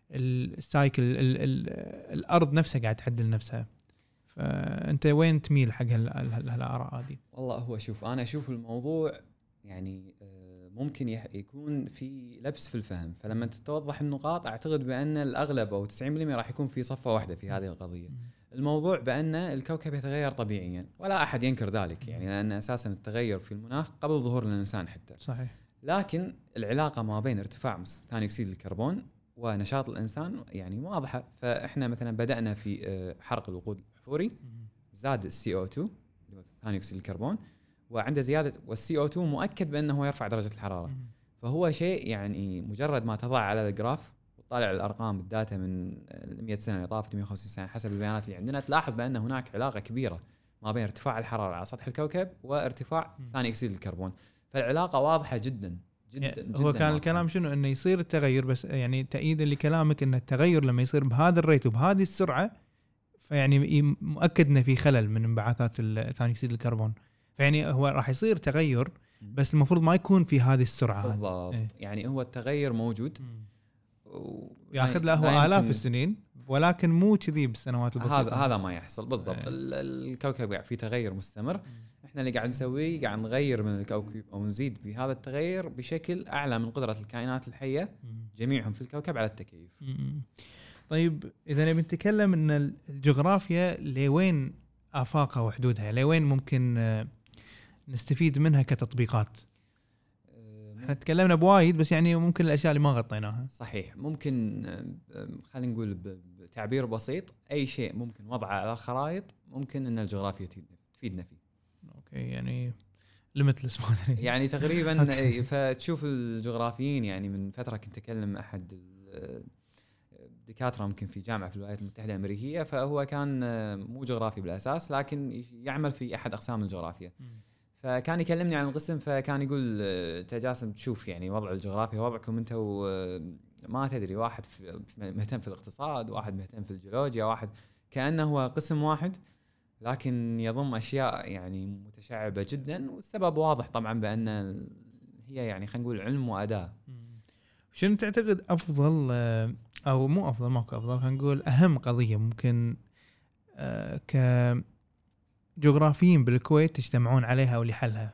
السايكل ال ال الارض نفسها قاعد تعدل نفسها. فانت وين تميل حق هالاراء هذه؟ والله هو شوف انا اشوف الموضوع يعني ممكن يكون في لبس في الفهم، فلما تتوضح النقاط اعتقد بان الاغلب او تسعين بالمئة راح يكون في صفه واحده في هذه القضيه. الموضوع بان الكوكب يتغير طبيعيا ولا احد ينكر ذلك، يعني لان اساسا التغير في المناخ قبل ظهور الانسان حتى. صحيح. لكن العلاقه ما بين ارتفاع ثاني اكسيد الكربون ونشاط الانسان يعني واضحه. فاحنا مثلا بدانا في حرق الوقود الاحفوري، زاد السي او اثنين اللي هو ثاني اكسيد الكربون، وعنده زياده، والسي او اثنين مؤكد بانه هو يرفع درجه الحراره. فهو شيء يعني مجرد ما تضع على الجراف وطالع الارقام الداتا من مئة سنه اللي طافت مئة وخمسين سنه حسب البيانات اللي عندنا، تلاحظ بان هناك علاقه كبيره ما بين ارتفاع الحراره على سطح الكوكب وارتفاع ثاني اكسيد الكربون. فالعلاقه واضحه جدا جدا, يعني جداً هو كان واضحة. الكلام شنو؟ انه يصير التغير، بس يعني تأييدا لكلامك ان التغير لما يصير بهذا الريت وبهذه السرعه فيعني مؤكد انه في خلل من انبعاثات ثاني اكسيد الكربون. فيعني هو راح يصير تغير بس المفروض ما يكون في هذه السرعه. بالضبط. ايه. يعني هو التغير موجود وياخذ له آلاف السنين، ولكن مو كذي بالسنوات البسيطه. هذا هذا ما يحصل بالضبط. ايه. الكوكب قاعد في تغير مستمر. م. احنا اللي قاعد نسويه قاعد نغير من الكوكب او نزيد بهذا التغير بشكل اعلى من قدره الكائنات الحيه جميعهم في الكوكب على التكيف. م. طيب اذا نبي نتكلم ان الجغرافيا لوين افاقها وحدودها، لوين ممكن نستفيد منها كتطبيقات؟ احنا تكلمنا بوايد بس يعني ممكن الاشياء اللي ما غطيناها. صحيح. ممكن خلينا نقول بتعبير بسيط اي شيء ممكن وضعه على خرائط ممكن ان الجغرافيا تفيدنا فيه. اوكي يعني ليميتلس يعني تقريبا. فتشوف الجغرافيين يعني من فتره كنت اكلم احد دكاتره ممكن في جامعه في الولايات المتحده الامريكيه، فهو كان مو جغرافي بالاساس لكن يعمل في احد اقسام الجغرافيا. م. فكان يكلمني عن القسم، فكان يقول تجاسم تشوف يعني وضع الجغرافيا وضعكم انت وما تدري، واحد مهتم في الاقتصاد، واحد مهتم في الجيولوجيا، واحد كأنه هو قسم واحد لكن يضم أشياء يعني متشعبة جدا. والسبب واضح طبعا بأن هي يعني خلينا نقول علم وأداة. شنو تعتقد أفضل أو مو أفضل ماكو أفضل، خلينا نقول أهم قضية ممكن ك جغرافيين بالكويت تجتمعون عليها أو لحلها؟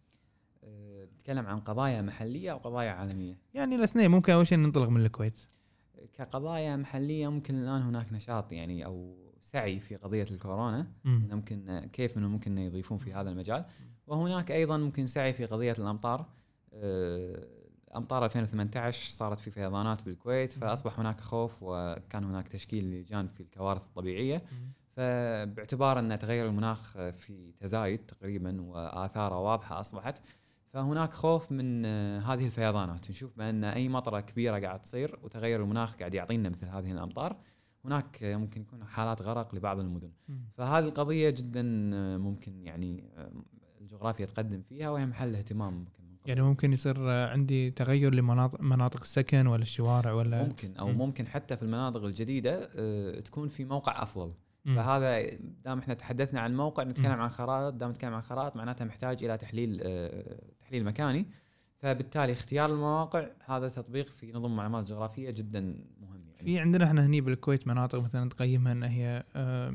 أه نتكلم عن قضايا محلية أو قضايا عالمية؟ يعني الاثنين. ممكن أول شيء ننطلق من الكويت. كقضايا محلية ممكن الآن هناك نشاط يعني أو سعي في قضية الكورونا، ممكن كيف منهم ممكن يضيفون في هذا المجال. وهناك أيضا ممكن سعي في قضية الأمطار. أه أمطار ألفين وثمانية عشر صارت في فيضانات بالكويت، فأصبح هناك خوف وكان هناك تشكيل لجان في الكوارث الطبيعية. فباعتبار أن تغير المناخ في تزايد تقريبا وآثاره واضحة أصبحت، فهناك خوف من هذه الفيضانات. نشوف بأن أي مطرة كبيرة قاعد تصير وتغير المناخ قاعد يعطينا مثل هذه الأمطار، هناك ممكن يكون حالات غرق لبعض المدن. فهذه القضية جدا ممكن يعني الجغرافيا تقدم فيها وهي محل اهتمام. ممكن يعني ممكن يصير عندي تغير لمناطق مناطق السكن ولا الشوارع ولا ممكن أو م. ممكن حتى في المناطق الجديدة تكون في موقع أفضل. م. فهذا دام احنا تحدثنا عن موقع نتكلم م. عن خرائط، دام نتكلم عن خرائط معناتها محتاج إلى تحليل تحليل مكاني. فبالتالي اختيار المواقع هذا تطبيق في نظم المعلومات الجغرافية جدا مهم. يعني في عندنا احنا هني بالكويت مناطق مثلا تقيمها ان هي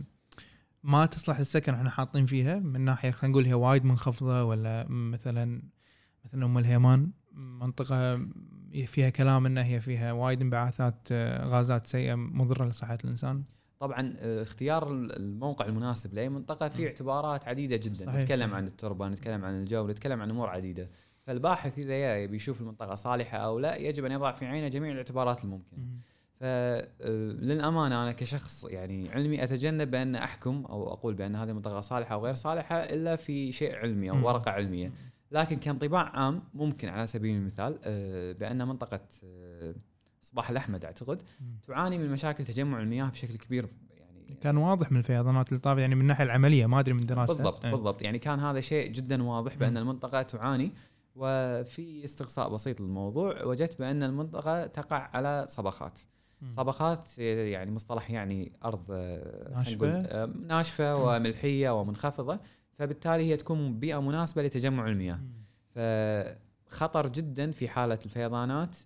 ما تصلح للسكن، احنا حاطين فيها من ناحية خلينا نقول هي وايد منخفضة، ولا مثلا مثلا أم الهيمان منطقة فيها كلام انها هي فيها وايد انبعاثات غازات سيئة مضرة لصحة الإنسان. طبعا اختيار الموقع المناسب لأي منطقة فيه اعتبارات عديدة جدا. صحيح. نتكلم صحيح. عن التربة، نتكلم عن الجو، نتكلم عن أمور عديدة. فالباحث إذا يبي يشوف المنطقة صالحة أو لا يجب أن يضع في عينه جميع الاعتبارات الممكنة. فللأمانة أنا كشخص يعني علمي أتجنب بأن أحكم أو أقول بأن هذه المنطقة صالحة أو غير صالحة إلا في شيء علمي أو ورقة علمية. لكن كانطباع عام ممكن على سبيل المثال بأن منطقة صباح الأحمد أعتقد تعاني من مشاكل تجمع المياه بشكل كبير. يعني كان واضح من الفيضانات اللي طافت يعني من الناحية العملية، ما أدري من دراسة. بالضبط أه. بالضبط يعني كان هذا شيء جدا واضح بأن المنطقة تعاني. وفي استقصاء بسيط للموضوع وجدت بأن المنطقة تقع على صبخات. م. صبخات يعني مصطلح يعني أرض ناشفة, ناشفة وملحية ومنخفضة، فبالتالي هي تكون بيئة مناسبة لتجمع المياه. فخطر جدا في حالة الفيضانات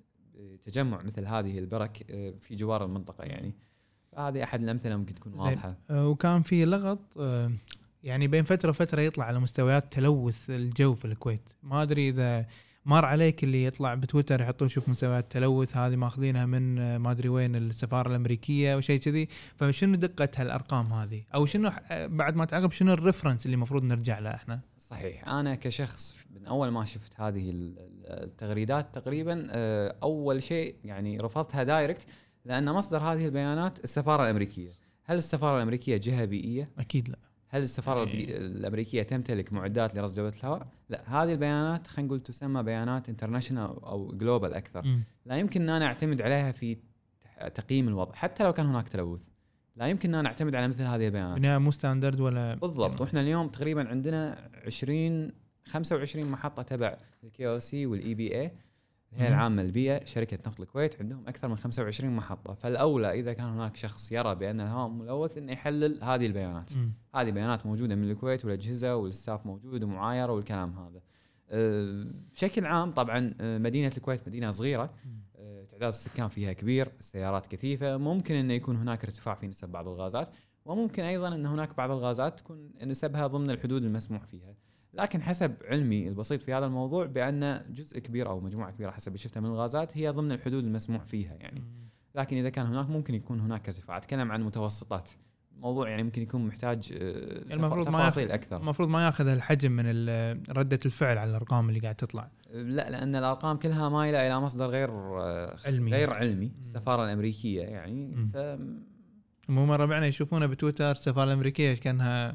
تجمع مثل هذه البرك في جوار المنطقة يعني. هذه أحد الأمثلة ممكن تكون واضحة. وكان في لغط يعني بين فترة وفترة يطلع على مستويات تلوث الجو في الكويت. ما أدري إذا مر عليك اللي يطلع بتويتر يحطون شوف مستويات تلوث هذه ماخذينها من ما أدري وين السفارة الأمريكية وشيء كذي. فشنو دقة هالأرقام هذه أو شنو بعد ما تعقب شنو الريفرنس اللي مفروض نرجع له إحنا؟ صحيح. أنا كشخص من أول ما شفت هذه التغريدات تقريبا أول شيء يعني رفضتها دايركت، لأن مصدر هذه البيانات السفارة الأمريكية. هل السفارة الأمريكية جهة بيئية؟ أكيد لا. هل السفارة الأمريكية تمتلك معدات لرصد جودة الهواء؟ لا. هذه البيانات خلينا نقول تسمى بيانات انترناشونال أو جلوبال أكثر. م. لا يمكن أن نعتمد عليها في تقييم الوضع حتى لو كان هناك تلوث. لا يمكن أن نعتمد على مثل هذه البيانات. إنها مو ستاندرد ولا بالضبط. وإحنا اليوم تقريبا عندنا عشرين خمسة وعشرين محطة تبع الكي او سي والاي بي اي هي العامة للبيئة شركة نفط الكويت، عندهم أكثر من خمسة وعشرين محطة. فالأولى إذا كان هناك شخص يرى بأن الهواء ملوث إنه يحلل هذه البيانات. م. هذه بيانات موجودة من الكويت والأجهزة والستاف موجود ومعايرة والكلام هذا. أه بشكل عام طبعا مدينة الكويت مدينة صغيرة، أه تعداد السكان فيها كبير، السيارات كثيفة، ممكن إنه يكون هناك ارتفاع في نسب بعض الغازات، وممكن أيضا إن هناك بعض الغازات تكون نسبها ضمن الحدود المسموح فيها. لكن حسب علمي البسيط في هذا الموضوع بأن جزء كبير أو مجموعة كبيرة حسب شفتها من الغازات هي ضمن الحدود المسموح فيها يعني. لكن إذا كان هناك ممكن يكون هناك ارتفاع. أتكلم عن متوسطات. الموضوع يعني ممكن يكون محتاج المفروض تفاصيل ما أكثر. المفروض ما يأخذ الحجم من ردة الفعل على الأرقام اللي قاعد تطلع. لا، لأن الأرقام كلها مايلة إلى مصدر غير علمي. غير علمي السفارة الأمريكية يعني. ف مو مرة بعنا يشوفونه بتويتر السفارة الأمريكية كأنها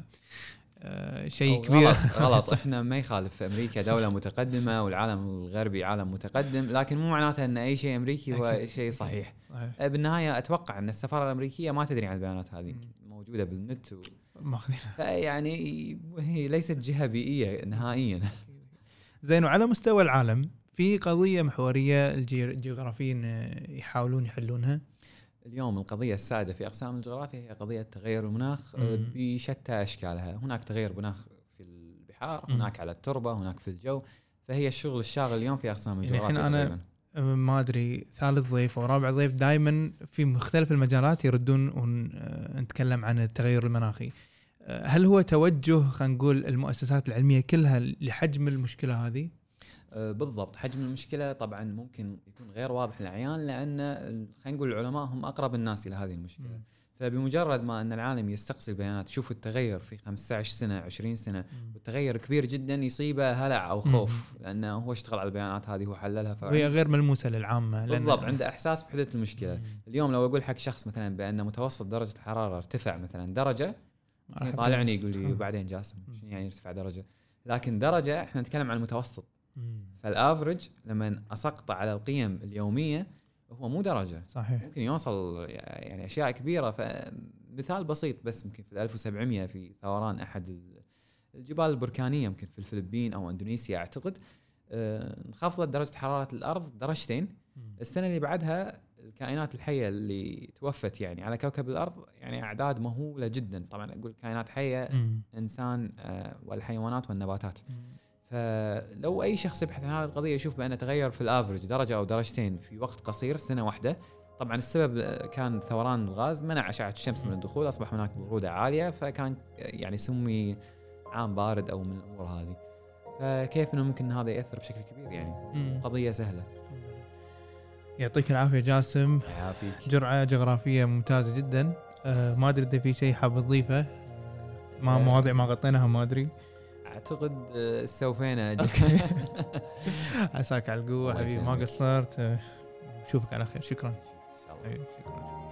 آه شيء كبير. غلط غلط. احنا ما يخالف امريكا دولة متقدمة والعالم الغربي عالم متقدم، لكن مو معناته ان اي شيء امريكي هو شيء صحيح. صحيح. بالنهاية اتوقع ان السفارة الامريكية ما تدري عن البيانات هذه موجودة بالنت و... يعني هي ليست جهة بيئية نهائيا. زين. وعلى مستوى العالم في قضية محورية الجغرافيين يحاولون يحلونها اليوم. القضية السائدة في أقسام الجغرافيا هي قضية تغير المناخ بشتى أشكالها. هناك تغير مناخ في البحار، هناك على التربة، هناك في الجو. فهي الشغل الشاغل اليوم في أقسام الجغرافيا. يعني أنا ما أدري ثالث ضيف أو رابع ضيف دائما في مختلف المجالات يردون ونتكلم عن التغير المناخي. هل هو توجه خلينا نقول المؤسسات العلمية كلها لحجم المشكلة هذه؟ بالضبط. حجم المشكلة طبعا ممكن يكون غير واضح للعيان، لأن خلينا نقول العلماء هم أقرب الناس إلى هذه المشكلة. م. فبمجرد ما أن العالم يستقصي البيانات يشوف التغير في خمسة عشر سنة عشرين سنة م. والتغير كبير جدا يصيبه هلع أو خوف، م. لأنه هو اشتغل على البيانات هذه وحللها. وهي غير ملموسة للعامة. بالضبط. عنده إحساس بحدة المشكلة. م. اليوم لو أقول حق شخص مثلا بأن متوسط درجة الحرارة ارتفع مثلا درجة، يطالعني يقول لي وبعدين جاسم شنو يعني ارتفع درجة؟ لكن درجة احنا نتكلم عن المتوسط. فالافرج لما اسقط على القيم اليوميه هو مو درجه. صحيح. ممكن يوصل يعني اشياء كبيره. فمثال بسيط بس ممكن في ألف وسبعمية في ثوران احد الجبال البركانيه يمكن في الفلبين او اندونيسيا اعتقد، انخفضت درجه حراره الارض درجتين. السنه اللي بعدها الكائنات الحيه اللي توفت يعني على كوكب الارض يعني اعداد مهوله جدا. طبعا اقول كائنات حيه م. انسان والحيوانات والنباتات. م. فلو أي شخص يبحث عن هذه القضية يشوف بأن تغير في الافرج درجة أو درجتين في وقت قصير سنة واحدة. طبعا السبب كان ثوران الغاز منع أشعة الشمس من الدخول، أصبح هناك برودة عالية، فكان يعني سمي عام بارد أو من الأمور هذه. فكيف إنه ممكن هذا يأثر بشكل كبير يعني؟ م. قضية سهلة. يعطيك العافية جاسم. يعافيك. جرعة جغرافية ممتازة جدا. أه ما أدري إذا في شيء حاب تضيفه، ما مواضيع ما غطيناها ما أدري. اعتقد سوفينا. عساك على القوة حبيبي، ما قصرت. نشوفك على خير. شكرا. ان شاء الله. شكرا.